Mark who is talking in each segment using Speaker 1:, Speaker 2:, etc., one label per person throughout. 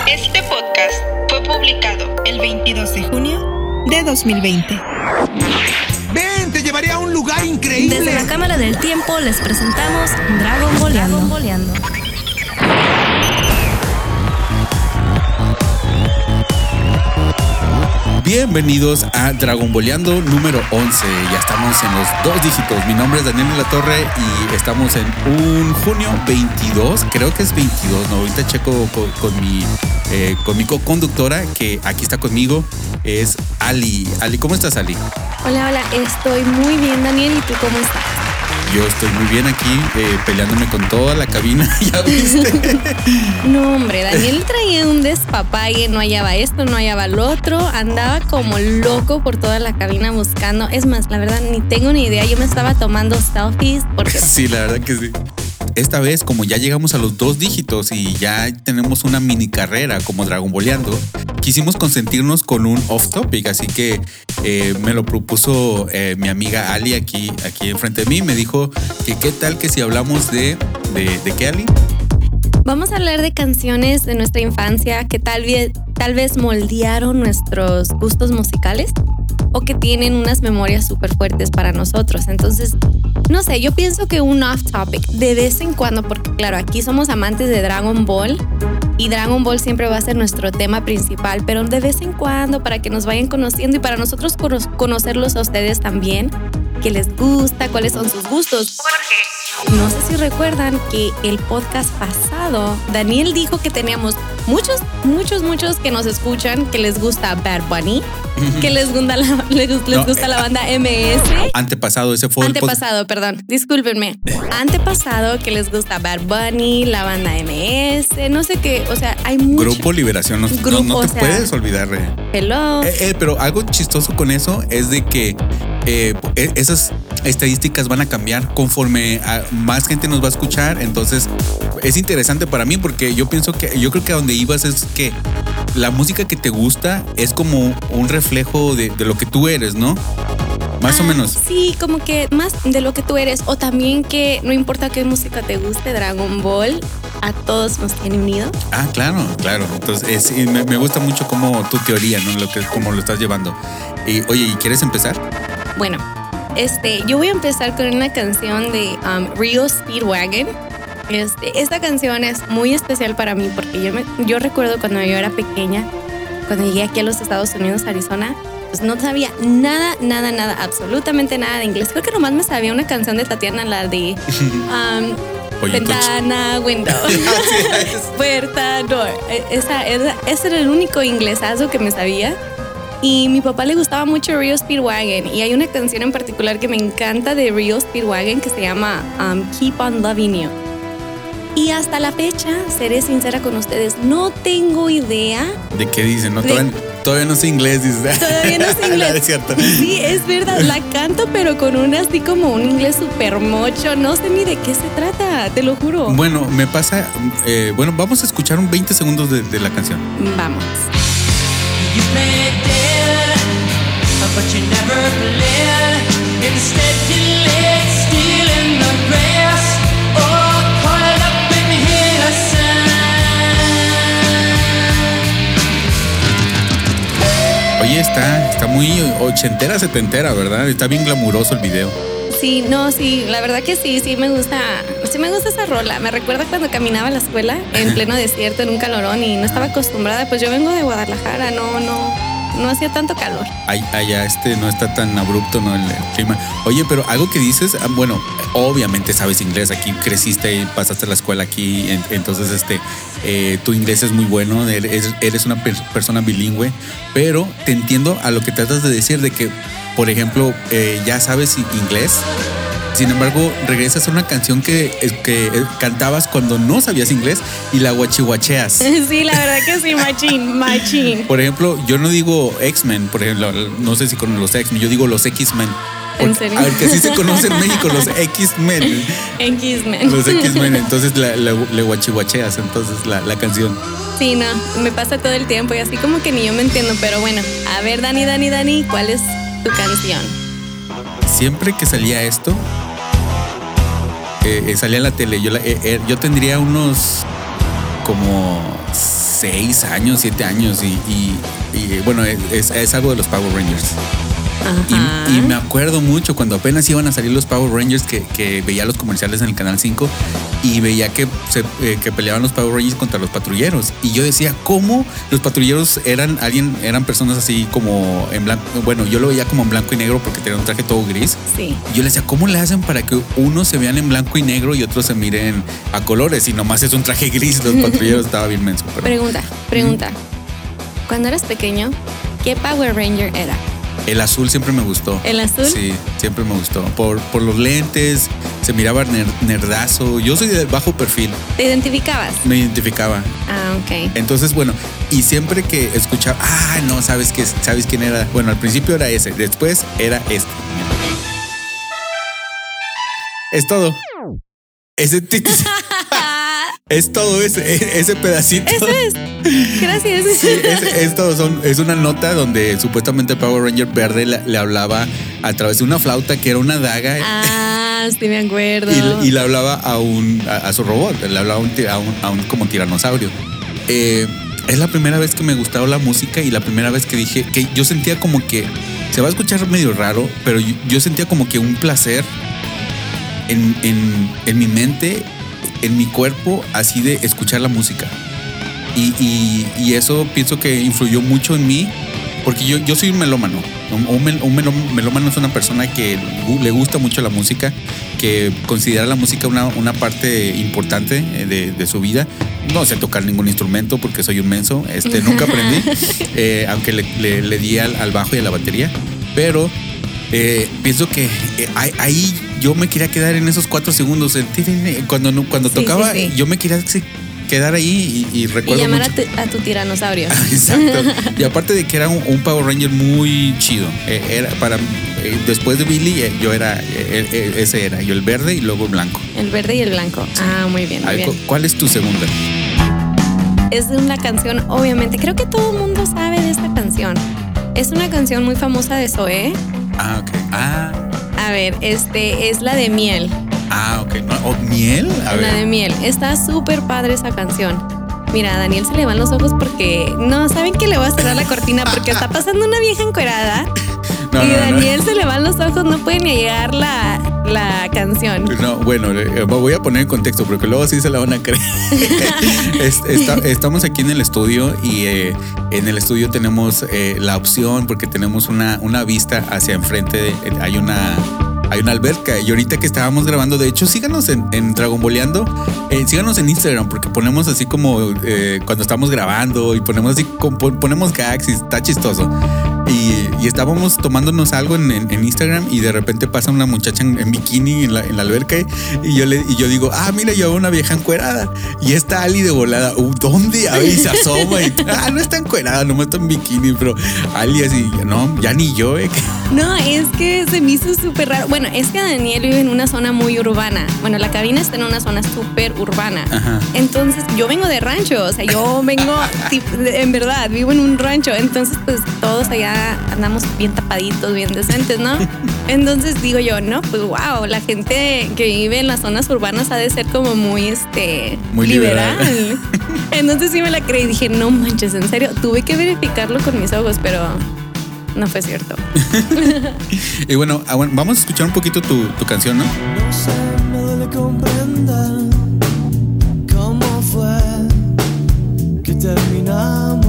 Speaker 1: Este podcast fue publicado el 22 de junio de 2020.
Speaker 2: ¡Ven! ¡Te llevaré a un lugar increíble!
Speaker 3: Desde la Cámara del Tiempo les presentamos Dragon Boleando.
Speaker 4: Bienvenidos a Dragon Boleando número 11. Ya estamos en los 2 dígitos. Mi nombre es Daniel de la Torre y estamos en un junio 22. Creo que es 22, ¿no? Ahorita checo con mi co-conductora que aquí está conmigo. Es Ali. Ali, ¿cómo estás, Ali?
Speaker 3: Hola, estoy muy bien, Daniel. ¿Y tú cómo estás?
Speaker 4: Yo estoy muy bien aquí, peleándome con toda la cabina, ¿ya viste?
Speaker 3: No, hombre, Daniel traía un despapalle, no hallaba esto, no hallaba lo otro, andaba como loco por toda la cabina buscando. Es más, la verdad, ni tengo ni idea, yo me estaba tomando selfies porque...
Speaker 4: Sí, la verdad que sí. Esta vez, como ya llegamos a los 2 dígitos y ya tenemos una mini carrera como Dragon Boleando, quisimos consentirnos con un off topic, así que me lo propuso mi amiga Ali aquí enfrente de mí. Me dijo que qué tal que si hablamos de qué, Ali.
Speaker 3: Vamos a hablar de canciones de nuestra infancia que tal vez moldearon nuestros gustos musicales o que tienen unas memorias súper fuertes para nosotros. Entonces, no sé, yo pienso que un off topic de vez en cuando, porque claro, aquí somos amantes de Dragon Ball y Dragon Ball siempre va a ser nuestro tema principal, pero de vez en cuando para que nos vayan conociendo y para nosotros conocerlos a ustedes también, qué les gusta, cuáles son sus gustos. No sé si recuerdan que el podcast pasado Daniel dijo que teníamos muchos que nos escuchan que les gusta Bad Bunny, que les gusta la banda MS.
Speaker 4: Antepasado, ese fue
Speaker 3: perdón, discúlpenme. Antepasado, que les gusta Bad Bunny, la banda MS, no sé qué, o sea, hay mucho.
Speaker 4: Grupo Liberación, no te puedes olvidar.
Speaker 3: Hello.
Speaker 4: Pero algo chistoso con eso es de que esas estadísticas van a cambiar conforme más gente nos va a escuchar. Entonces es interesante para mí porque yo creo que a donde ibas es que la música que te gusta es como un reflejo de lo que tú eres, ¿no? Más o menos. Sí,
Speaker 3: como que más de lo que tú eres. O también que no importa qué música te guste, Dragon Ball a todos nos tiene unidos.
Speaker 4: Ah, claro. Entonces me gusta mucho como tu teoría, ¿no? Cómo lo estás llevando. Y oye, ¿y quieres empezar?
Speaker 3: Bueno, yo voy a empezar con una canción de Rio Speedwagon. Esta canción es muy especial para mí porque yo recuerdo cuando yo era pequeña, cuando llegué aquí a los Estados Unidos, Arizona, pues no sabía nada, absolutamente nada de inglés. Creo que nomás me sabía una canción de Tatiana, la de ventana, window, puerta, door. Ese era el único inglesazo que me sabía. Y mi papá le gustaba mucho Rio Speedwagon y hay una canción en particular que me encanta de Rio Speedwagon que se llama Keep on Loving You. Y hasta la fecha, seré sincera con ustedes, no tengo idea.
Speaker 4: ¿De qué dicen? No, todavía no sé inglés. Dices.
Speaker 3: Todavía no sé inglés.
Speaker 4: No, es cierto.
Speaker 3: Sí, es verdad, la canto, pero con así como un inglés súper mocho. No sé ni de qué se trata, te lo juro.
Speaker 4: Bueno, me pasa. Vamos a escuchar un 20 segundos de la canción.
Speaker 3: Vamos.
Speaker 5: But you never bled. Instead you lay still in the grass, all coiled up in the sand.
Speaker 4: Oye, está muy ochentera, setentera, ¿verdad? Está bien glamuroso el video.
Speaker 3: Sí, la verdad que sí me gusta esa rola. Me recuerda cuando caminaba a la escuela en pleno desierto, en un calorón y no estaba acostumbrada. Pues yo vengo de Guadalajara, no hacía tanto calor.
Speaker 4: Allá no está tan abrupto, ¿no? El clima. Oye, pero algo que dices, bueno, obviamente sabes inglés, aquí creciste y pasaste la escuela aquí, entonces tu inglés es muy bueno, eres una persona bilingüe, pero te entiendo a lo que tratas de decir de que, por ejemplo, ya sabes inglés. Sin embargo, regresas a una canción que cantabas cuando no sabías inglés y la guachihuacheas.
Speaker 3: Sí, la verdad que sí, machín.
Speaker 4: Por ejemplo, yo no digo X-Men, por ejemplo, no sé si con los X-Men, yo digo los X-Men.
Speaker 3: ¿En serio?
Speaker 4: A ver, que sí se conoce en México, los X-Men. Los X-Men, entonces le guachihuacheas, entonces la canción.
Speaker 3: Sí, no, me pasa todo el tiempo y así como que ni yo me entiendo, pero bueno, a ver, Dani, ¿cuál es tu canción?
Speaker 4: Siempre que salía esto, salía en la tele. Yo tendría unos como 6 años, 7 años y bueno, es algo de los Power Rangers.
Speaker 3: Ajá.
Speaker 4: Y me acuerdo mucho cuando apenas iban a salir los Power Rangers que veía los comerciales en el Canal 5 y veía que peleaban los Power Rangers contra los patrulleros. Y yo decía, ¿cómo los patrulleros eran personas así como en blanco? Bueno, yo lo veía como en blanco y negro porque tenía un traje todo gris.
Speaker 3: Sí.
Speaker 4: Yo le decía, ¿cómo le hacen para que unos se vean en blanco y negro y otros se miren a colores? Y nomás es un traje gris, los patrulleros. Estaba bien menso. Pero...
Speaker 3: Pregunta. Cuando eras pequeño, ¿qué Power Ranger era?
Speaker 4: El azul siempre me gustó.
Speaker 3: ¿El azul?
Speaker 4: Sí, siempre me gustó. Por los lentes, se miraba nerdazo. Yo soy de bajo perfil.
Speaker 3: ¿Te identificabas?
Speaker 4: Me identificaba.
Speaker 3: Ah, ok.
Speaker 4: Entonces, bueno, y siempre que escuchaba, no, ¿sabes quién era? Bueno, al principio era ese, después era este. Es todo. Es todo ese pedacito.
Speaker 3: Eso es. Gracias.
Speaker 4: Sí, es todo. Es una nota donde supuestamente Power Ranger verde le hablaba a través de una flauta que era una daga.
Speaker 3: Ah, sí me acuerdo.
Speaker 4: Y le hablaba a su robot. Le hablaba a un como tiranosaurio. Es la primera vez que me gustaba la música y la primera vez que dije que yo sentía como que se va a escuchar medio raro, pero yo sentía como que un placer en mi mente, en mi cuerpo, así de escuchar la música. Y eso pienso que influyó mucho en mí, porque yo soy un melómano. Un melómano es una persona que le gusta mucho la música, que considera la música una parte importante de su vida. No sé tocar ningún instrumento porque soy un menso. Nunca aprendí, aunque le di al bajo y a la batería. Pero pienso que ahí yo me quería quedar en esos 4 segundos. Cuando tocaba,
Speaker 3: sí.
Speaker 4: Yo me quería quedar ahí y recuerdo.
Speaker 3: Y llamar
Speaker 4: mucho
Speaker 3: a tu tiranosaurio.
Speaker 4: Exacto. Y aparte de que era un Power Ranger muy chido. Después de Billy, yo era ese era yo, el verde y luego el blanco.
Speaker 3: El verde y el blanco. Sí. Ah, muy bien, muy bien.
Speaker 4: ¿Cuál es tu segunda?
Speaker 3: Es de una canción, obviamente. Creo que todo el mundo sabe de esta canción. Es una canción muy famosa de Zoé.
Speaker 4: Ah, ok.
Speaker 3: A ver, es la de Miel.
Speaker 4: Ah, ok. ¿Miel?
Speaker 3: La de Miel. Está súper padre esa canción. Mira, a Daniel se le van los ojos porque... No, ¿saben que le voy a cerrar la cortina? Porque está pasando una vieja encuerada. Y Daniel se le van los ojos, no puede ni llegar la canción.
Speaker 4: No, bueno, voy a poner en contexto porque luego sí se la van a creer. Estamos aquí en el estudio y en el estudio tenemos la opción, porque tenemos una vista hacia enfrente. Hay una alberca, y ahorita que estábamos grabando, de hecho, síganos en Dragonboleando, síganos en Instagram, porque ponemos así como cuando estamos grabando y ponemos así, ponemos gags y está chistoso. Y estábamos tomándonos algo en Instagram y de repente pasa una muchacha en bikini en la alberca y yo digo, mira, yo veo una vieja encuerada y está Ali de volada, ¿dónde? A ver, y se asoma y no está encuerada, nomás está en bikini, pero Ali así, no, ya ni yo.
Speaker 3: No, es que se me hizo súper raro. Bueno, es que Daniel vive en una zona muy urbana. Bueno, la cabina está en una zona súper urbana.
Speaker 4: Ajá.
Speaker 3: Entonces, yo vengo de rancho, o sea, yo vengo, en verdad, vivo en un rancho. Entonces, pues todos allá andamos bien tapaditos, bien decentes, ¿no? Entonces digo yo, no, pues wow, la gente que vive en las zonas urbanas ha de ser como muy
Speaker 4: muy liberal.
Speaker 3: Entonces sí me la creí y dije, no manches, en serio, tuve que verificarlo con mis ojos, pero no fue cierto.
Speaker 4: Y bueno, vamos a escuchar un poquito tu canción, ¿no?
Speaker 5: No sé, me duele comprender cómo fue que terminamos.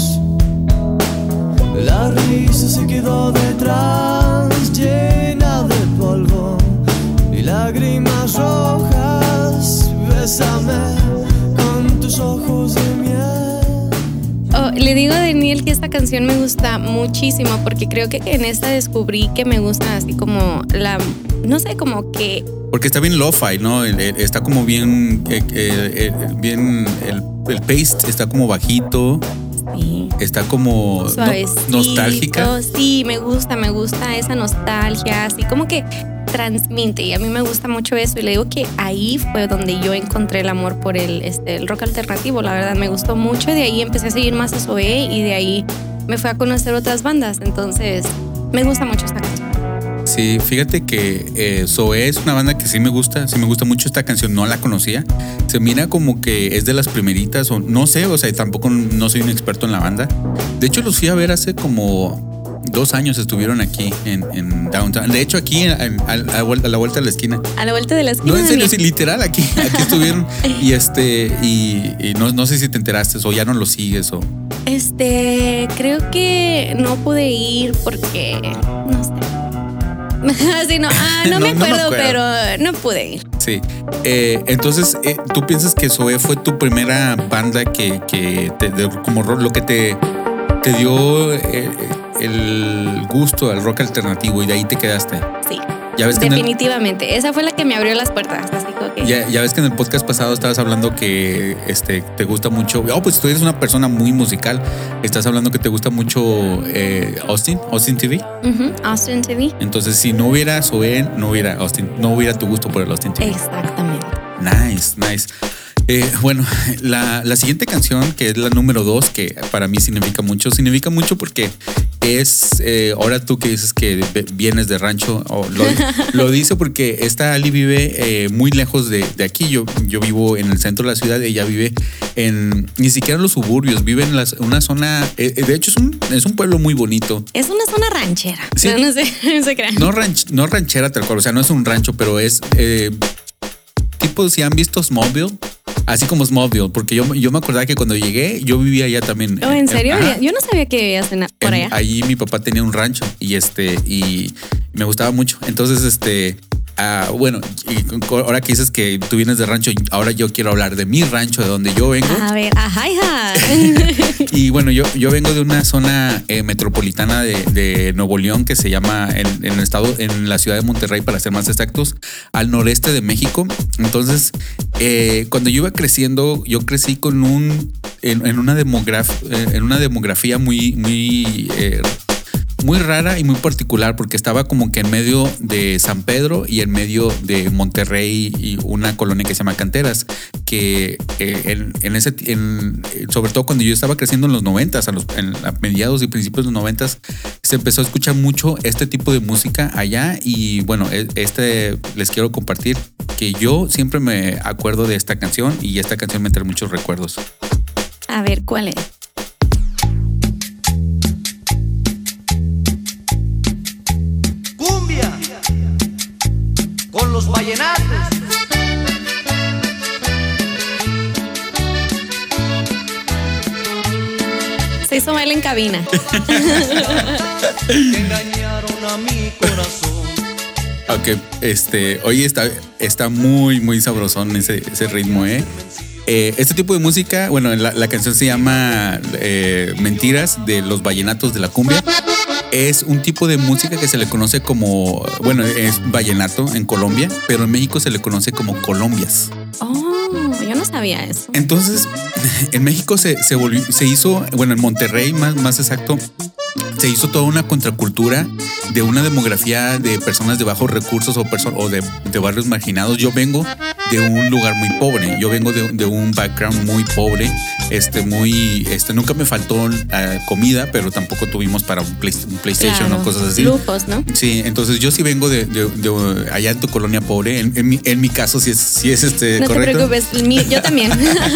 Speaker 5: La risa se quedó detrás, llena de polvo y lágrimas rojas. Bésame con tus ojos de miel.
Speaker 3: Le digo a Daniel que esta canción me gusta muchísimo porque creo que en esta descubrí que me gusta así como no sé, como que...
Speaker 4: Porque está bien lo-fi, ¿no? Está como bien, bien el pace está como bajito.
Speaker 3: Sí.
Speaker 4: Está como nostálgica.
Speaker 3: Sí, me gusta esa nostalgia, así como que transmite, y a mí me gusta mucho eso, y le digo que ahí fue donde yo encontré el amor por el rock alternativo. La verdad me gustó mucho, y de ahí empecé a seguir más a Zoé y de ahí me fui a conocer otras bandas. Entonces me gusta mucho esta canción.
Speaker 4: Sí, fíjate que Zoé es una banda que sí me gusta mucho. Esta canción no la conocía. Se mira como que es de las primeritas, o no sé, o sea, tampoco no soy un experto en la banda. De hecho, los fui a ver hace como 2 años, estuvieron aquí en Downtown. De hecho, aquí a la vuelta de la esquina.
Speaker 3: A la vuelta de la esquina.
Speaker 4: No, en serio, sí, literal, aquí estuvieron. Y no sé si te enteraste o ya no lo sigues o.
Speaker 3: Creo que no pude ir porque no sé. Sí, no me acuerdo, pero no pude ir.
Speaker 4: Sí. Entonces, ¿tú piensas que Zoé fue tu primera banda que como lo que te dio el gusto al rock alternativo y de ahí te quedaste?
Speaker 3: Sí.
Speaker 4: ¿Ya ves que
Speaker 3: definitivamente. Esa fue la que me abrió las puertas. Así que...
Speaker 4: ya ves que en el podcast pasado estabas hablando que te gusta mucho. Pues tú eres una persona muy musical. Estás hablando que te gusta mucho Austin TV.
Speaker 3: Austin TV.
Speaker 4: Entonces, si no hubiera Zoé, no hubiera tu gusto por el Austin TV.
Speaker 3: Exactamente.
Speaker 4: Nice. Bueno, la siguiente canción, que es la número 2, que para mí significa mucho porque es, ahora tú que dices que vienes de rancho, lo dice porque esta Ali vive muy lejos de aquí. Yo vivo en el centro de la ciudad, ella vive ni siquiera en los suburbios, vive en una zona, de hecho es un pueblo muy bonito.
Speaker 3: Es una zona ranchera.
Speaker 4: ¿Sí?
Speaker 3: No se crean.
Speaker 4: No ranchera tal cual, o sea, no es un rancho, pero es tipo, si han visto Smallville. Así como Smallville, porque yo me acordaba que cuando llegué, yo vivía allá también.
Speaker 3: Oh, ¿en serio? Yo no sabía que vivías por allá.
Speaker 4: Allí mi papá tenía un rancho y me gustaba mucho. Entonces, bueno, y ahora que dices que tú vienes de rancho, ahora yo quiero hablar de mi rancho, de donde yo vengo.
Speaker 3: A ver, ajá.
Speaker 4: Y bueno, yo vengo de una zona metropolitana de Nuevo León que se llama en la ciudad de Monterrey, para ser más exactos, al noreste de México. Entonces, cuando yo iba creciendo, yo crecí con en una demografía muy rara y muy particular, porque estaba como que en medio de San Pedro y en medio de Monterrey y una colonia que se llama Canteras, que sobre todo cuando yo estaba creciendo en los 90s, a mediados y principios de los 90s, se empezó a escuchar mucho este tipo de música allá. Y bueno, les quiero compartir que yo siempre me acuerdo de esta canción, y esta canción me trae muchos recuerdos.
Speaker 3: A ver, ¿cuál es?
Speaker 5: Con los vallenatos.
Speaker 3: Se hizo baile en cabina.
Speaker 5: Engañaron a mi corazón.
Speaker 4: Ok, oye, está muy, muy sabrosón ese ritmo, Este tipo de música, bueno, la canción se llama Mentiras, de los vallenatos de la cumbia. Es un tipo de música que se le conoce como, bueno, es vallenato en Colombia, pero en México se le conoce como colombias.
Speaker 3: Oh, yo no sabía eso.
Speaker 4: Entonces, en México se hizo, bueno, en Monterrey más exacto, se hizo toda una contracultura de una demografía de personas de bajos recursos o de barrios marginados. Yo vengo de un lugar muy pobre, yo vengo de un background muy pobre, nunca me faltó comida, pero tampoco tuvimos para un PlayStation, claro, o cosas así.
Speaker 3: Lujos, ¿no?
Speaker 4: Sí, entonces yo sí vengo de allá en tu colonia pobre. En mi caso sí es
Speaker 3: no
Speaker 4: correcto.
Speaker 3: No te preocupes, yo también.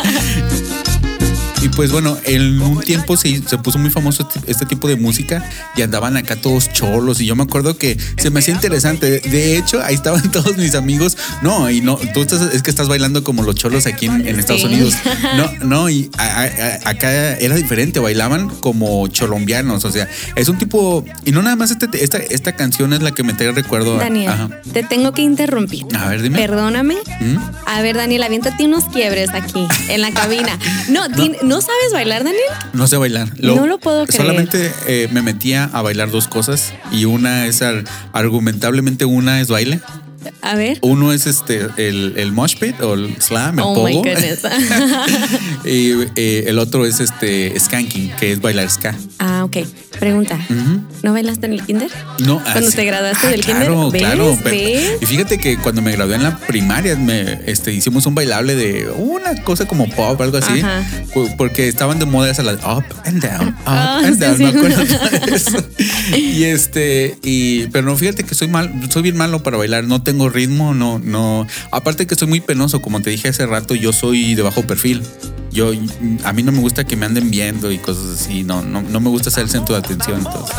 Speaker 4: Y pues bueno, en un tiempo se puso muy famoso este tipo de música y andaban acá todos cholos, y yo me acuerdo que se me hacía interesante. De hecho, ahí estaban todos mis amigos. No, y no, es que estás bailando como los cholos aquí en Estados Unidos. No, y acá era diferente, bailaban como cholombianos, o sea, es un tipo, y no nada más esta canción es la que me trae recuerdo.
Speaker 3: Daniel, te tengo que interrumpir.
Speaker 4: A ver, dime.
Speaker 3: Perdóname. A ver, Daniel, aviéntate unos quiebres aquí en la cabina. ¿No sabes bailar, Daniel?
Speaker 4: No sé bailar.
Speaker 3: No lo puedo creer.
Speaker 4: Solamente me metía a bailar 2 cosas, y una es argumentablemente una es baile.
Speaker 3: A ver.
Speaker 4: Uno es el mosh pit o el slam, el pogo.
Speaker 3: Oh my goodness.
Speaker 4: Y el otro es skanking, que es bailar ska.
Speaker 3: Ah, ok. Pregunta, ¿no bailaste en el kinder?
Speaker 4: No,
Speaker 3: cuando te graduaste del
Speaker 4: claro,
Speaker 3: kinder. ¿Ves?
Speaker 4: Claro,
Speaker 3: ¿Ves?
Speaker 4: Y fíjate que cuando me gradué en la primaria, hicimos un bailable de una cosa como pop, algo así, porque estaban de moda esas las up and down,
Speaker 3: sí,
Speaker 4: me acuerdo de eso. Pero no, fíjate que soy bien malo para bailar, no tengo ritmo, no. Aparte que soy muy penoso, como te dije hace rato, yo soy de bajo perfil. A mí no me gusta que me anden viendo y cosas así, no me gusta ser el centro de atención, entonces.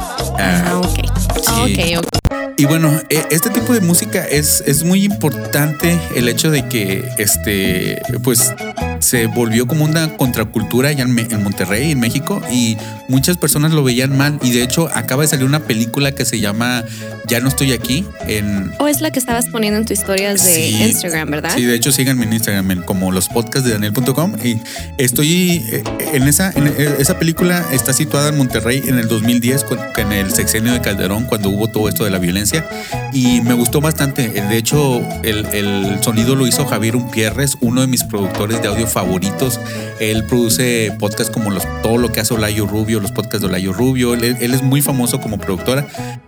Speaker 3: Ok.
Speaker 4: Y bueno, este tipo de música es muy importante, el hecho de que pues se volvió como una contracultura allá en Monterrey, en México, y muchas personas lo veían mal. Y de hecho acaba de salir una película que se llama Ya no estoy aquí.
Speaker 3: Es la que estabas poniendo en tus historias de Instagram, ¿verdad?
Speaker 4: Sí, de hecho síganme en Instagram como los podcasts de Daniel.com, y estoy en esa película. Está situada en Monterrey en el 2010, en el sexenio de Calderón, cuando hubo todo esto de la violencia, y me gustó bastante. De hecho el sonido lo hizo Javier Umpierres, uno de mis productores de audio favoritos. Él produce podcasts como todo lo que hace Olayo Rubio, los podcasts de Olayo Rubio. Él es muy famoso como productora.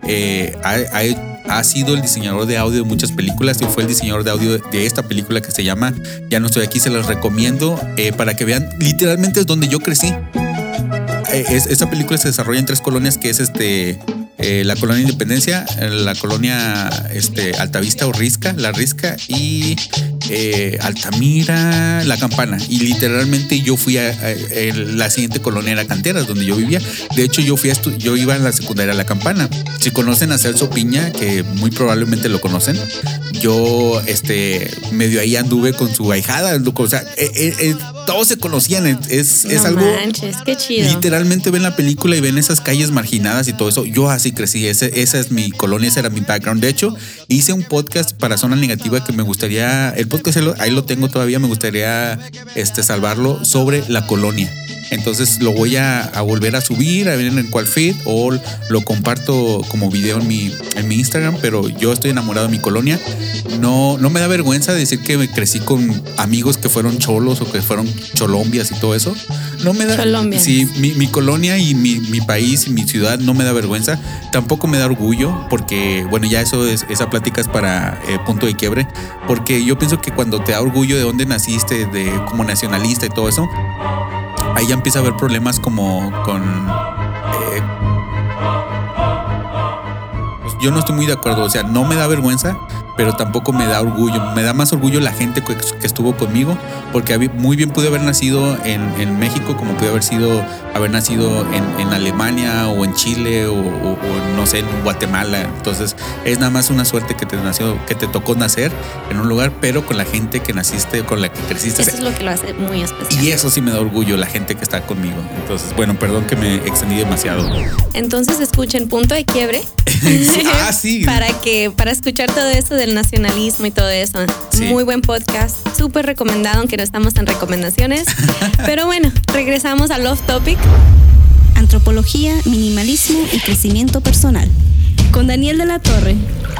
Speaker 4: Ha sido el diseñador de audio de muchas películas y fue el diseñador de audio de esta película que se llama Ya no estoy aquí. Se las recomiendo para que vean. Literalmente es donde yo crecí. Esta película se desarrolla en 3 colonias, que es la colonia Independencia, la colonia Altavista o Risca, la Risca, y Altamira, La Campana. Y literalmente yo fui a la siguiente colonia, era Canteras, donde yo vivía. De hecho yo iba a la secundaria La Campana. Si conocen a Celso Piña, que muy probablemente lo conocen, yo medio ahí anduve con su ahijada. O sea, todos se conocían. Es algo.
Speaker 3: Manches, qué chido.
Speaker 4: Literalmente ven la película y ven esas calles marginadas y todo eso. Yo así crecí. Esa es mi colonia, ese era mi background. De hecho, hice un podcast para Zona Negativa que me gustaría. El podcast ahí lo tengo todavía. Me gustaría salvarlo, sobre la colonia. Entonces lo voy a volver a subir, a ver en cuál feed, o lo comparto como video en mi Instagram. Pero yo estoy enamorado de mi colonia. No me da vergüenza decir que me crecí con amigos que fueron cholos o que fueron cholombias y todo eso. No me da.
Speaker 3: Cholombias.
Speaker 4: Sí, mi colonia y mi país y mi ciudad no me da vergüenza. Tampoco me da orgullo, porque bueno, ya esa plática es para Punto de Quiebre. Porque yo pienso que cuando te da orgullo de dónde naciste, como nacionalista y todo eso, ahí ya empieza a haber problemas como con. Yo no estoy muy de acuerdo. O sea, no me da vergüenza, pero tampoco me da orgullo. Me da más orgullo la gente que estuvo conmigo, porque muy bien pude haber nacido en México, como pude haber nacido en Alemania o en Chile o no sé, en Guatemala. Entonces es nada más una suerte que te tocó nacer en un lugar, pero con la gente que naciste, con la que creciste.
Speaker 3: Eso es lo que lo hace muy especial.
Speaker 4: Y eso sí me da orgullo, la gente que está conmigo. Entonces, bueno, perdón que me extendí demasiado.
Speaker 3: Entonces escuchen Punto de Quiebre.
Speaker 4: Sí.
Speaker 3: Para escuchar todo eso del nacionalismo y todo eso.
Speaker 4: Sí.
Speaker 3: Muy buen podcast, súper recomendado, aunque no estamos en recomendaciones. Pero bueno, regresamos al Off Topic.
Speaker 6: Antropología, minimalismo y crecimiento personal. Con Daniel de la Torre.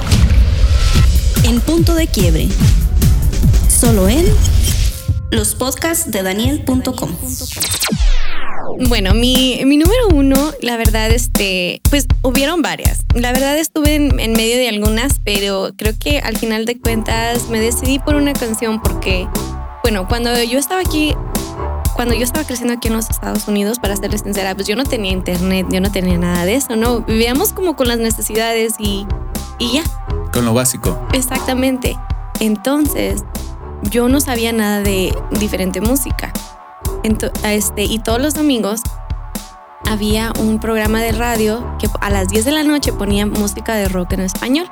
Speaker 6: En Punto de Quiebre. Solo en los podcasts de Daniel.com.
Speaker 3: Bueno, mi número 1, la verdad, pues hubieron varias. La verdad estuve en medio de algunas, pero creo que al final de cuentas me decidí por una canción porque, bueno, cuando yo estaba creciendo aquí en los Estados Unidos, para serles sincera, pues yo no tenía internet, yo no tenía nada de eso, ¿no? Vivíamos como con las necesidades y ya.
Speaker 4: Con lo básico.
Speaker 3: Exactamente. Entonces, yo no sabía nada de diferente música. Y todos los domingos había un programa de radio que a las 10 de la noche ponía música de rock en español.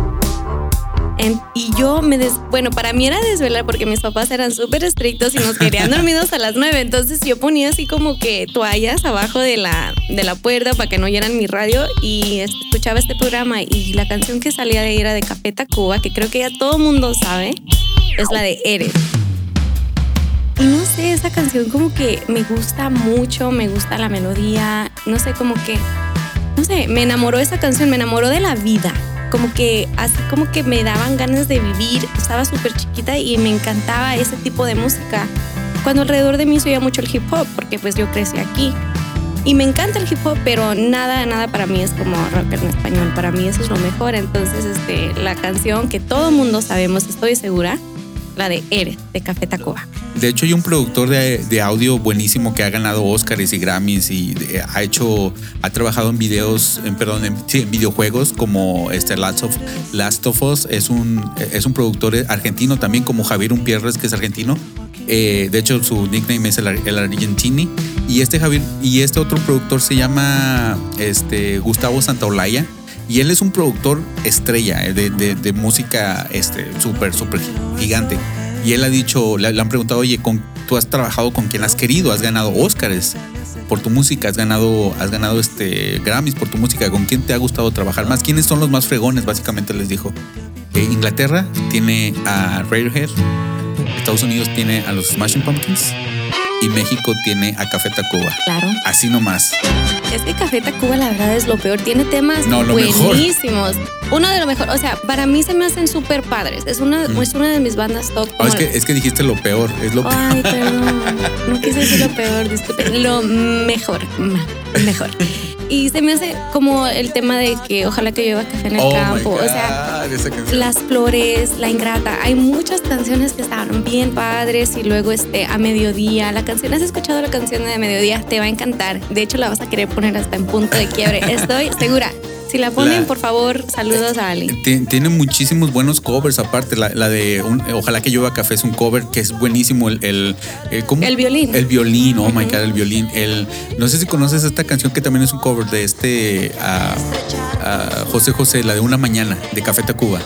Speaker 3: Y yo bueno, para mí era desvelar porque mis papás eran súper estrictos y nos querían dormidos a las 9. Entonces yo ponía así como que toallas abajo de la puerta para que no oyeran mi radio y escuchaba este programa. Y la canción que salía de ahí era de Café Tacuba, que creo que ya todo mundo sabe, es la de Eres. Y no sé, esa canción como que me gusta mucho, me gusta la melodía, no sé, me enamoró esa canción, me enamoró de la vida. Como que así como que me daban ganas de vivir. Estaba súper chiquita y me encantaba ese tipo de música. Cuando alrededor de mí se oía mucho el hip hop, porque pues yo crecí aquí. Y me encanta el hip hop, pero nada para mí es como rock en español. Para mí eso es lo mejor. Entonces, la canción que todo mundo sabemos, estoy segura, la de Eres, de Café Tacuba.
Speaker 4: De hecho, hay un productor de audio buenísimo que ha ganado Oscars y Grammys y ha trabajado en videojuegos como Last of Us. Es un productor argentino también, como Javier Umpierres, que es argentino. De hecho, su nickname es el Argentini. Y este otro productor se llama Gustavo Santaolalla. Y él es un productor estrella de música súper gigante. Y él ha dicho, le han preguntado, oye, tú has trabajado con quien has querido, has ganado Óscares por tu música, has ganado Grammys por tu música, ¿con quién te ha gustado trabajar más? ¿Quiénes son los más fregones? Básicamente les dijo. Inglaterra tiene a Radiohead, Estados Unidos tiene a los Smashing Pumpkins y México tiene a Café Tacuba.
Speaker 3: Claro.
Speaker 4: Así nomás.
Speaker 3: Es que Café Tacuba la verdad es lo peor. Tiene temas buenísimos. Uno de lo mejor. O sea, para mí se me hacen súper padres. Es una de mis bandas top.
Speaker 4: Es que dijiste lo peor. Es lo peor.
Speaker 3: Ay, perdón. No quise decir lo peor. Disculpe. Lo mejor. Mejor. Y se me hace como el tema de que ojalá que llueva café en el campo. O sea, Las Flores, La Ingrata. Hay muchas canciones que estaban bien padres. Y luego a mediodía. ¿Has escuchado la canción de Mediodía? Te va a encantar. De hecho, la vas a querer poner hasta en punto de quiebre. Estoy segura. Si la ponen, por favor, saludos a Ali.
Speaker 4: Tiene muchísimos buenos covers aparte. La de Ojalá que llueva café es un cover que es buenísimo. ¿cómo?
Speaker 3: El violín.
Speaker 4: El violín, oh my God, el violín. No sé si conoces esta canción que también es un cover de José José, la de Una Mañana, de Café Tacuba.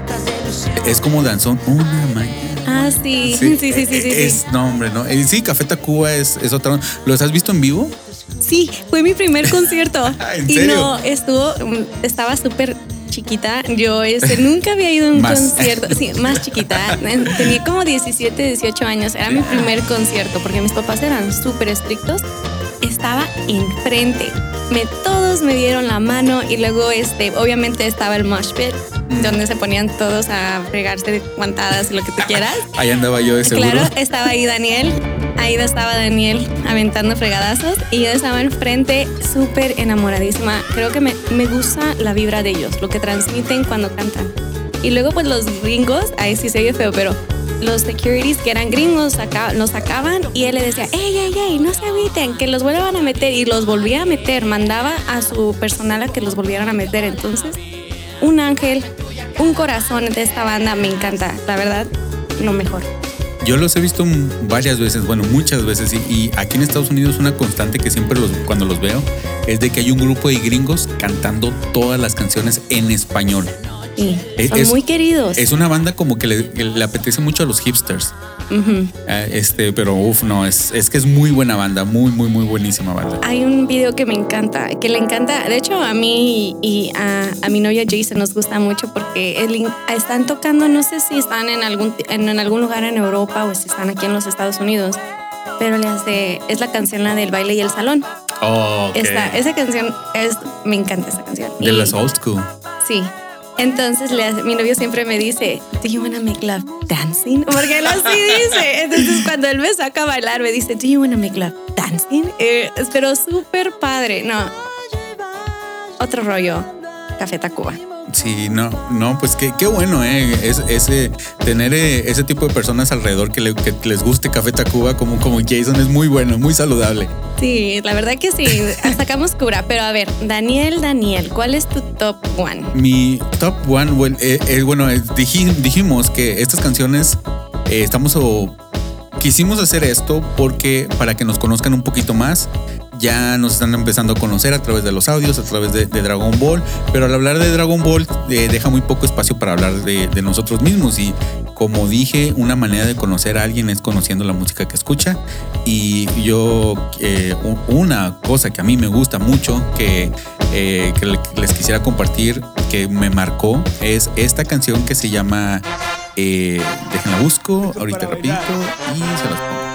Speaker 4: Es como danzón, Una Mañana.
Speaker 3: Ah, sí. Sí.
Speaker 4: No, hombre, ¿no? Sí, Café Tacuba es otra. ¿Los has visto en vivo?
Speaker 3: Sí, fue mi primer concierto.
Speaker 4: ¿En serio?
Speaker 3: Y estaba súper chiquita. Yo nunca había ido a un concierto. Sí, más chiquita. Tenía como 17, 18 años. Era mi primer concierto porque mis papás eran súper estrictos. Estaba enfrente. Todos me dieron la mano y luego obviamente estaba el mosh pit donde se ponían todos a fregarse de guantadas y lo que tú quieras.
Speaker 4: Ahí andaba yo de seguro.
Speaker 3: Claro, estaba ahí Daniel. Ahí estaba Daniel aventando fregadazos y yo estaba enfrente súper enamoradísima. Creo que me gusta la vibra de ellos, lo que transmiten cuando cantan. Y luego pues los gringos, ahí sí se oye feo, pero los securities que eran gringos los sacaban y él le decía, ey, no se agüiten, que los vuelvan a meter, y los volvía a meter, mandaba a su personal a que los volvieran a meter. Entonces, un ángel, un corazón de esta banda, me encanta, la verdad, lo mejor.
Speaker 4: Yo los he visto varias veces, bueno, muchas veces, y aquí en Estados Unidos una constante que siempre cuando los veo es de que hay un grupo de gringos cantando todas las canciones en español.
Speaker 3: Sí, son muy queridos.
Speaker 4: Es una banda como que le apetece mucho a los hipsters.
Speaker 3: Uh-huh.
Speaker 4: Pero no, es que es muy buena banda, muy buenísima banda.
Speaker 3: Hay un video que me encanta, que le encanta, de hecho a mí y a mi novia Jason nos gusta mucho porque están tocando, no sé si están en algún lugar en Europa o si están aquí en los Estados Unidos, pero es la canción la del baile y el salón.
Speaker 4: Oh, okay.
Speaker 3: Esa canción me encanta esa canción.
Speaker 4: De las old school.
Speaker 3: Sí. Entonces mi novio siempre me dice, "Do you wanna make love dancing?" Porque él así dice. Entonces cuando él me saca a bailar me dice, "Do you wanna make love dancing?" Pero súper padre. No, otro rollo, Café Tacuba.
Speaker 4: Sí, no, pues qué bueno, tener ese tipo de personas alrededor que les guste Café Tacuba como Jason es muy bueno, muy saludable.
Speaker 3: Sí, la verdad que sí, sacamos cura. Pero a ver, Daniel, ¿cuál es tu top one?
Speaker 4: Mi top one, dijimos que estas canciones quisimos hacer esto porque para que nos conozcan un poquito más. Ya nos están empezando a conocer a través de los audios, a través de Dragon Ball, pero al hablar de Dragon Ball deja muy poco espacio para hablar de nosotros mismos, y como dije, una manera de conocer a alguien es conociendo la música que escucha. Y yo, una cosa que a mí me gusta mucho, que les quisiera compartir, que me marcó, es esta canción que se llama déjenla busco ahorita rapidito y se las pongo.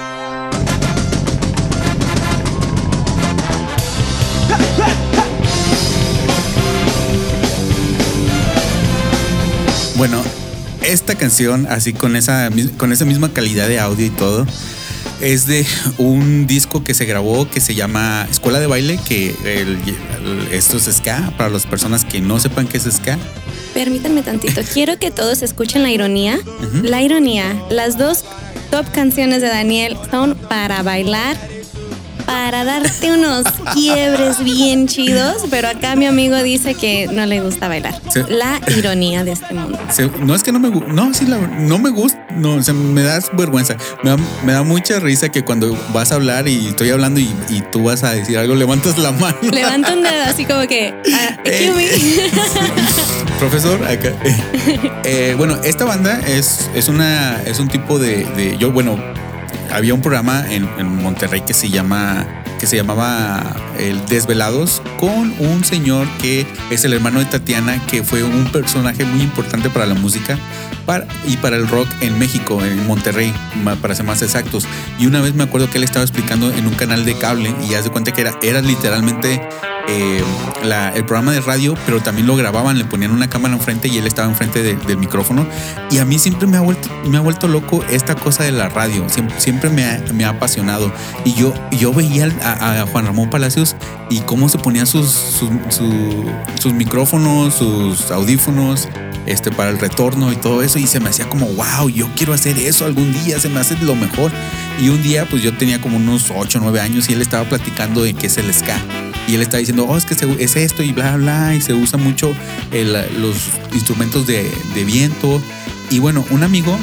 Speaker 4: Bueno, esta canción, así con esa misma calidad de audio y todo, Es de un disco que se grabó que se llama Escuela de Baile, que esto es ska, para las personas que no sepan qué es ska.
Speaker 3: Permítanme tantito. Quiero que todos escuchen la ironía. La ironía. Las dos top canciones de Daniel son para bailar, para darte unos quiebres bien chidos, pero acá mi amigo dice que no le gusta bailar.
Speaker 4: Sí.
Speaker 3: La ironía de este mundo.
Speaker 4: No es que no me gusta, no, sí, no me gusta, no, o sea, me da vergüenza. Me da mucha risa que cuando vas a hablar y estoy hablando y tú vas a decir algo, levantas la mano.
Speaker 3: Levanta un dedo así como que, excuse me.
Speaker 4: Profesor, acá. Bueno, esta banda es un tipo de yo, bueno, había un programa en Monterrey que se llamaba El Desvelados, con un señor que es el hermano de Tatiana, que fue un personaje muy importante para la música y para el rock en México, en Monterrey, para ser más exactos. Y una vez me acuerdo que él estaba explicando en un canal de cable y haz de cuenta que era literalmente el programa de radio, pero también lo grababan, le ponían una cámara enfrente y él estaba enfrente del micrófono. Y a mí siempre me ha vuelto loco esta cosa de la radio, siempre me ha apasionado. Y yo veía a Juan Ramón Palacios y cómo se ponía sus micrófonos, sus audífonos para el retorno y todo eso, y se me hacía como wow, yo quiero hacer eso algún día, se me hace lo mejor. Y un día pues yo tenía como unos 8 o 9 años y él estaba platicando de qué es el ska. Y él está diciendo, es que es esto y bla, bla, y se usa mucho los instrumentos de viento. Y bueno, un amigo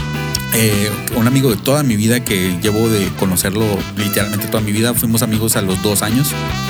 Speaker 4: de toda mi vida, que llevo de conocerlo literalmente toda mi vida, fuimos amigos a los 2 años.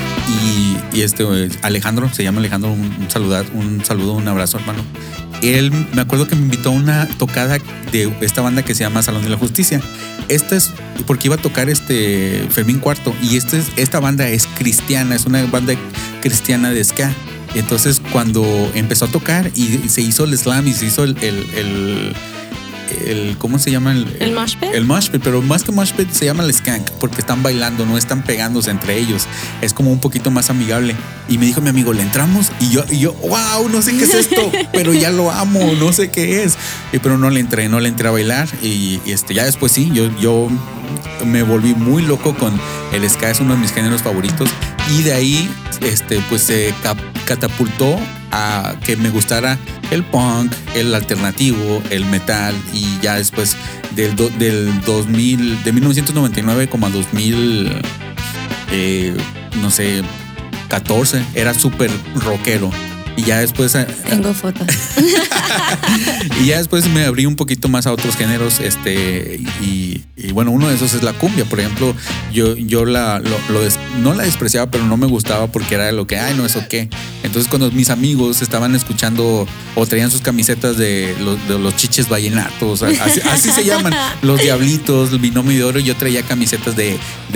Speaker 4: Y Alejandro, se llama Alejandro, un saludo, un abrazo, hermano. Él, me acuerdo que me invitó a una tocada de esta banda que se llama Salón de la Justicia. Esta es porque iba a tocar Fermín Cuarto, y esta banda es cristiana, es una banda cristiana de ska. Entonces cuando empezó a tocar y se hizo el slam y se hizo el ¿cómo se llama?
Speaker 3: El mosh pit.
Speaker 4: El mosh pit, pero más que mosh pit se llama el skank, porque están bailando, no están pegándose entre ellos. Es como un poquito más amigable. Y me dijo mi amigo, ¿le entramos? Y yo, wow, no sé qué es esto, pero ya lo amo, no sé qué es. Pero no le entré a bailar. Y ya después sí, yo me volví muy loco con el ska, es uno de mis géneros favoritos. Y de ahí, pues se catapultó a que me gustara el punk, el alternativo, el metal, y ya después del 2000, de 1999 como a 2000, no sé, 14, era súper rockero. Y ya después
Speaker 3: tengo fotos.
Speaker 4: Y ya después me abrí un poquito más a otros géneros, y bueno, uno de esos es la cumbia, por ejemplo. Yo no la despreciaba, pero no me gustaba porque era lo que, no, eso qué. Entonces cuando mis amigos estaban escuchando o traían sus camisetas de los chiches vallenatos, así se llaman, los Diablitos, el Binomio de Oro, yo traía camisetas de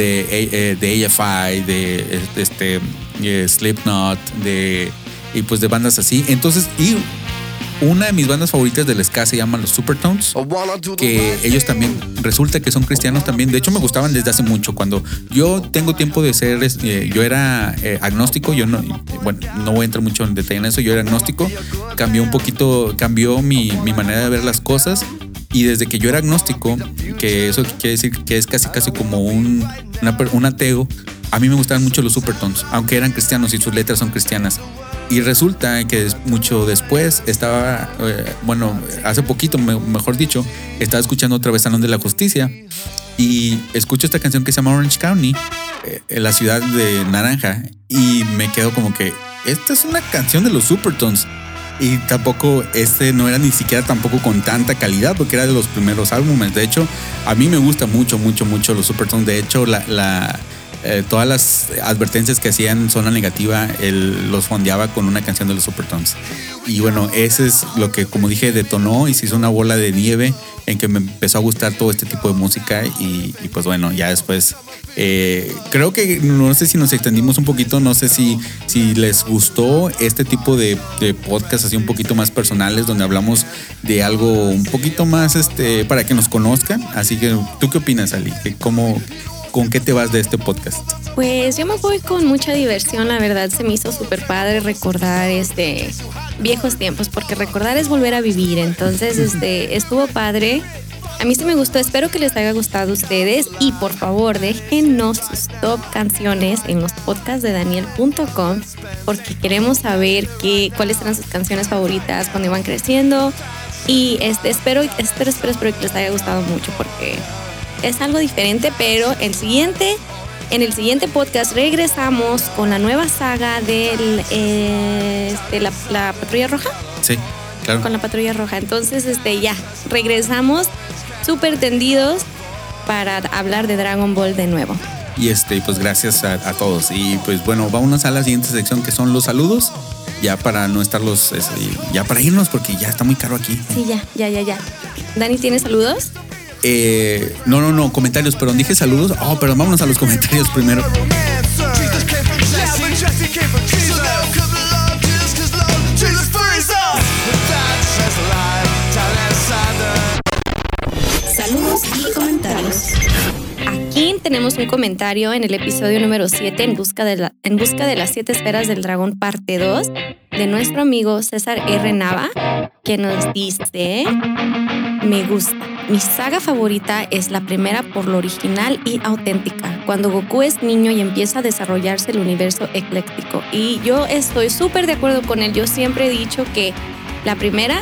Speaker 4: AFI, de Slipknot, y pues de bandas así. Entonces, y una de mis bandas favoritas del ska se llama los Supertones, que ellos también resulta que son cristianos también. De hecho me gustaban desde hace mucho. Cuando yo tengo tiempo de ser, yo era agnóstico. Yo no voy a entrar mucho en detalle en eso. Yo era agnóstico, cambió mi manera de ver las cosas. Y desde que yo era agnóstico, que eso quiere decir que es casi como un ateo, a mí me gustaban mucho los Supertones, aunque eran cristianos y sus letras son cristianas. Y resulta que mucho después estaba, hace poquito, mejor dicho, estaba escuchando otra vez Salón de la Justicia y escucho esta canción que se llama Orange County, la ciudad de naranja, y me quedo como que esta es una canción de los Supertones. Y tampoco no era ni siquiera tampoco con tanta calidad, porque era de los primeros álbumes. De hecho, a mí me gusta mucho los Supertones. De hecho, todas las advertencias que hacían Zona Negativa, él los fondeaba con una canción de los Supertones. Y bueno, ese es lo que, como dije, detonó y se hizo una bola de nieve en que me empezó a gustar todo este tipo de música. Y pues bueno, ya después creo que no sé si nos extendimos un poquito, no sé si les gustó este tipo de podcast así un poquito más personales, donde hablamos de algo un poquito más para que nos conozcan. Así que, ¿tú qué opinas, Ali? ¿Con qué te vas de este podcast?
Speaker 3: Pues yo me voy con mucha diversión, la verdad se me hizo súper padre recordar viejos tiempos, porque recordar es volver a vivir. Entonces estuvo padre A mí sí me gustó, espero que les haya gustado a ustedes y por favor déjennos sus top canciones en los podcasts de Daniel.com porque queremos saber cuáles eran sus canciones favoritas cuando iban creciendo y espero que les haya gustado mucho porque es algo diferente, pero en el siguiente podcast regresamos con la nueva saga de la Patrulla Roja.
Speaker 4: Sí, claro.
Speaker 3: Con la Patrulla Roja. Entonces, ya, regresamos súper tendidos para hablar de Dragon Ball de nuevo.
Speaker 4: Y pues gracias a todos. Y pues bueno, vámonos a la siguiente sección que son los saludos. Ya para no estarlos, ya para irnos porque ya está muy caro aquí.
Speaker 3: Sí, ya. Dani, ¿tienes saludos?
Speaker 4: No, comentarios, pero dije saludos. Pero vámonos a los comentarios primero.
Speaker 6: Saludos y comentarios.
Speaker 3: Aquí tenemos un comentario en el episodio número 7 en busca de las 7 esferas del dragón parte 2 de nuestro amigo César R. Nava, que nos dice: me gusta. Mi saga favorita es la primera por lo original y auténtica, cuando Goku es niño y empieza a desarrollarse el universo ecléctico. Y yo estoy súper de acuerdo con él. Yo siempre he dicho que la primera,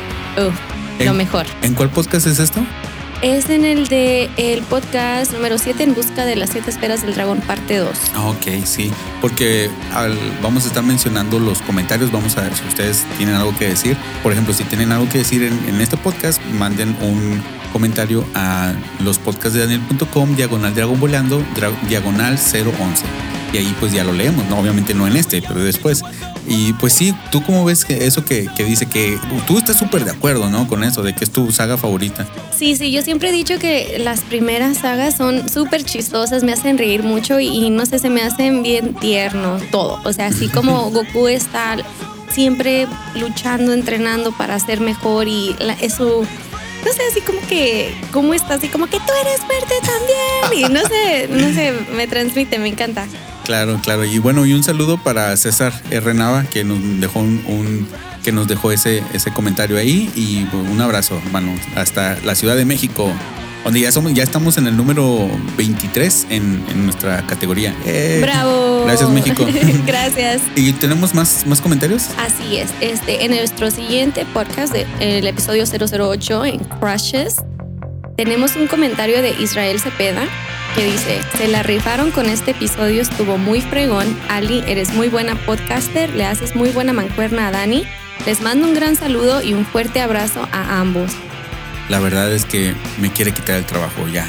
Speaker 3: lo mejor.
Speaker 4: ¿En cuál podcast es esto?
Speaker 3: Es en el podcast número 7 en busca de las 7 esferas del dragón parte 2.
Speaker 4: Ok, sí, porque vamos a estar mencionando los comentarios, vamos a ver si ustedes tienen algo que decir. Por ejemplo, si tienen algo que decir en este podcast, manden un comentario a los podcasts de Daniel.com, /dragonboleando, /011. Y ahí pues ya lo leemos, ¿no? Obviamente no en pero después. Y pues sí, ¿tú cómo ves que eso que dice que tú estás súper de acuerdo, ¿no? Con eso, de que es tu saga favorita?
Speaker 3: Sí, yo siempre he dicho que las primeras sagas son súper chistosas, me hacen reír mucho y no sé, se me hacen bien tiernos todo. O sea, así como Goku está siempre luchando, entrenando para ser mejor y eso... No sé, así como que, ¿cómo está? Así como que tú eres fuerte también. Y no sé, me transmite, me encanta.
Speaker 4: Claro. Y bueno, y un saludo para César R. Nava, que nos dejó ese comentario ahí. Y un abrazo, hermano, hasta la Ciudad de México, donde ya estamos en el número 23 en nuestra categoría.
Speaker 3: ¡Bravo!
Speaker 4: Gracias, México.
Speaker 3: Gracias.
Speaker 4: ¿Y tenemos más comentarios?
Speaker 3: Así es. En nuestro siguiente podcast, el episodio 008 en Crushes, tenemos un comentario de Israel Cepeda que dice: se la rifaron con este episodio, estuvo muy fregón. Ali, eres muy buena podcaster, le haces muy buena mancuerna a Dani. Les mando un gran saludo y un fuerte abrazo a ambos.
Speaker 4: La verdad es que me quiere quitar el trabajo, ya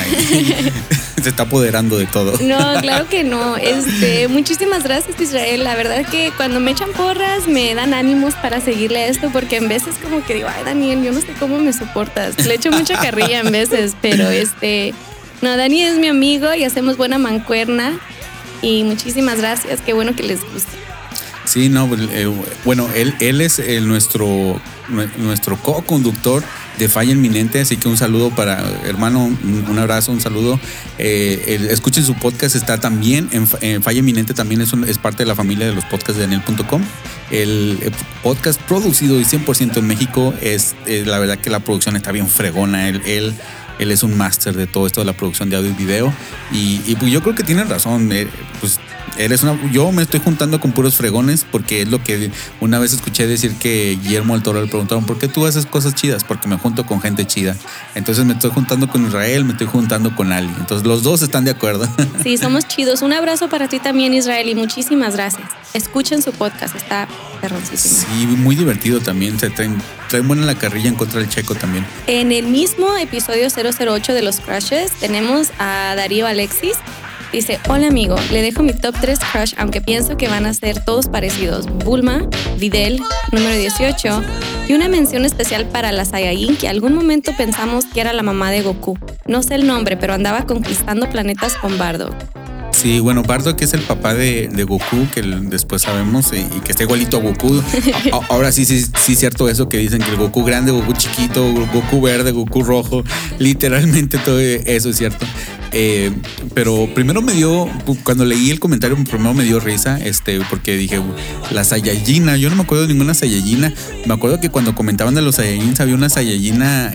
Speaker 4: se está apoderando de todo.
Speaker 3: No, claro que no. Muchísimas gracias, Israel. La verdad es que cuando me echan porras me dan ánimos para seguirle a esto, porque en veces como que digo, ay, Daniel, yo no sé cómo me soportas. Le echo mucha carrilla en veces, pero no, Dani es mi amigo y hacemos buena mancuerna y muchísimas gracias. Qué bueno que les guste.
Speaker 4: Sí, no, bueno, él es nuestro co-conductor de Falla Inminente, así que un saludo para, hermano, un abrazo, un saludo. Escuchen su podcast, está también en Falla Inminente, también es parte de la familia de los podcasts de Daniel.com. El podcast producido y 100% en México, la verdad que la producción está bien fregona. Él es un máster de todo esto de la producción de audio y video, y pues yo creo que tiene razón. Pues yo me estoy juntando con puros fregones, porque es lo que una vez escuché decir, que Guillermo del Toro le preguntaron: ¿por qué tú haces cosas chidas? Porque me junto con gente chida. Entonces me estoy juntando con Israel, me estoy juntando con Ali. Entonces los dos están de acuerdo.
Speaker 3: Sí, somos chidos. Un abrazo para ti también, Israel, y muchísimas gracias. Escuchen su podcast, está perroncísimo.
Speaker 4: Sí, muy divertido también. Se traen buena la carrilla en contra del Checo también.
Speaker 3: En el mismo episodio 008 de los Crushes tenemos a Darío Alexis. Dice: hola amigo, le dejo mi top 3 crush, aunque pienso que van a ser todos parecidos. Bulma, Videl, número 18, y una mención especial para la Saiyajin, que algún momento pensamos que era la mamá de Goku. No sé el nombre, pero andaba conquistando planetas con Bardock.
Speaker 4: Sí, bueno, Bardock es el papá de Goku, que después sabemos, y que está igualito a Goku. Ahora sí, cierto eso que dicen que el Goku grande, Goku chiquito, Goku verde, Goku rojo, literalmente todo eso es cierto. Pero primero cuando leí el comentario, primero me dio risa, porque dije, la Saiyajina, yo no me acuerdo de ninguna Saiyajina. Me acuerdo que cuando comentaban de los Saiyajins había una Saiyajina,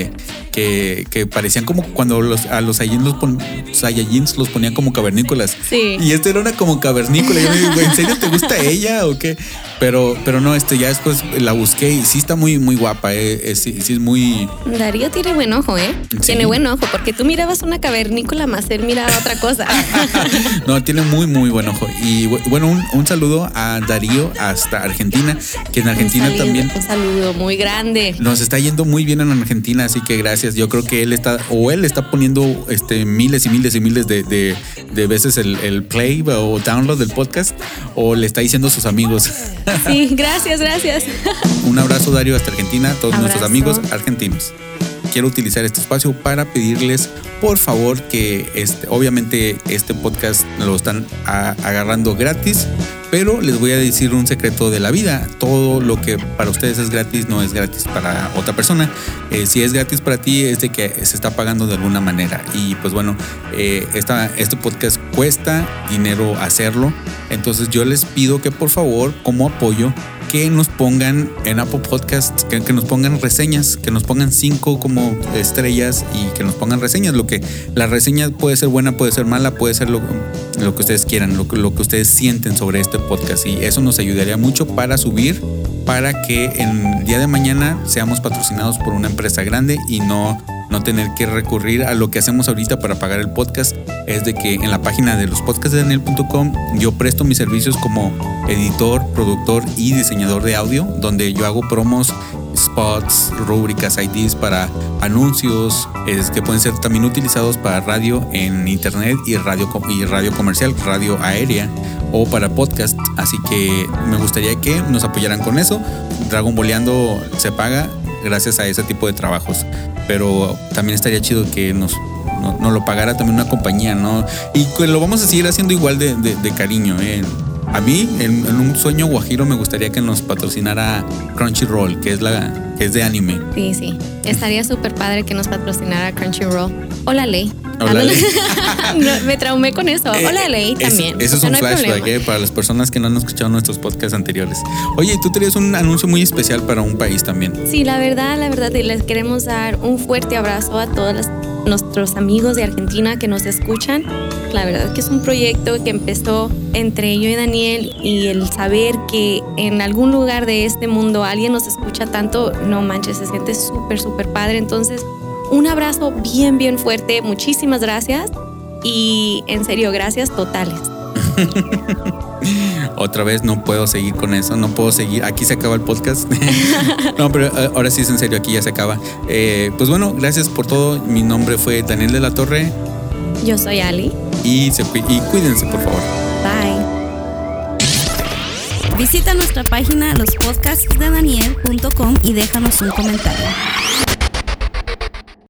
Speaker 4: que parecían como cuando a los Saiyajins los ponían como cavernícolas.
Speaker 3: Sí.
Speaker 4: Y era una como cavernícola. Yo me digo, ¿en serio te gusta ella o qué? Pero no, ya después la busqué y sí está muy, muy guapa, sí es muy...
Speaker 3: Darío tiene buen ojo, ¿eh? Sí. Tiene buen ojo, porque tú mirabas una cavernícola, más él miraba otra cosa.
Speaker 4: No, tiene muy, muy buen ojo. Y bueno, un saludo a Darío hasta Argentina, que en Argentina también...
Speaker 3: Un saludo muy grande.
Speaker 4: Nos está yendo muy bien en Argentina, así que gracias. Yo creo que él está poniendo miles y miles y miles de veces el play o download del podcast, o le está diciendo a sus amigos.
Speaker 3: Sí, gracias.
Speaker 4: Un abrazo, Darío, hasta Argentina, todos nuestros amigos argentinos. Quiero utilizar este espacio para pedirles, por favor, que obviamente este podcast lo están agarrando gratis, pero les voy a decir un secreto de la vida. Todo lo que para ustedes es gratis no es gratis para otra persona. Si es gratis para ti, es de que se está pagando de alguna manera. Y pues bueno, este podcast cuesta dinero hacerlo. Entonces yo les pido que por favor, como apoyo, que nos pongan en Apple Podcasts, que nos pongan reseñas, que nos pongan 5 como estrellas y que nos pongan reseñas. La reseña puede ser buena, puede ser mala, puede ser lo que ustedes quieran, lo que ustedes sienten sobre este podcast, y eso nos ayudaría mucho para subir, para que en el día de mañana seamos patrocinados por una empresa grande y no tener que recurrir a lo que hacemos ahorita para pagar el podcast. Es de que en la página de lospodcastsdedaniel.com yo presto mis servicios como editor, productor y diseñador de audio, donde yo hago promos, spots, rúbricas, IDs para anuncios, que pueden ser también utilizados para radio en internet y radio comercial, radio aérea, o para podcast. Así que me gustaría que nos apoyaran con eso. Dragon Boleando se paga gracias a ese tipo de trabajos, pero también estaría chido que nos lo pagara también una compañía, ¿no? Y que lo vamos a seguir haciendo igual de cariño, ¿eh? A mí, en un sueño guajiro, me gustaría que nos patrocinara Crunchyroll, que es de anime.
Speaker 3: Sí. Estaría súper padre que nos patrocinara Crunchyroll. Hola, Ley.
Speaker 4: Hola, Ley.
Speaker 3: Me traumé con eso. Hola, Ley también.
Speaker 4: Eso es un flashback, para las personas que no han escuchado nuestros podcasts anteriores. Oye, tú tenías un anuncio muy especial para un país también.
Speaker 3: Sí, la verdad, y les queremos dar un fuerte abrazo a todos nuestros amigos de Argentina que nos escuchan. La verdad que es un proyecto que empezó entre yo y Daniel, y el saber que en algún lugar de este mundo alguien nos escucha tanto, no manches, se siente súper, súper padre. Entonces, un abrazo bien, bien fuerte. Muchísimas gracias. Y en serio, gracias totales.
Speaker 4: Otra vez no puedo seguir con eso, no puedo seguir. Aquí se acaba el podcast. No, pero ahora sí es en serio, aquí ya se acaba. Pues bueno, gracias por todo. Mi nombre fue Daniel de la Torre.
Speaker 3: Yo soy Ali.
Speaker 4: Y cuídense, por favor.
Speaker 3: Bye.
Speaker 6: Visita nuestra página lospodcastsdedaniel.com y déjanos un comentario.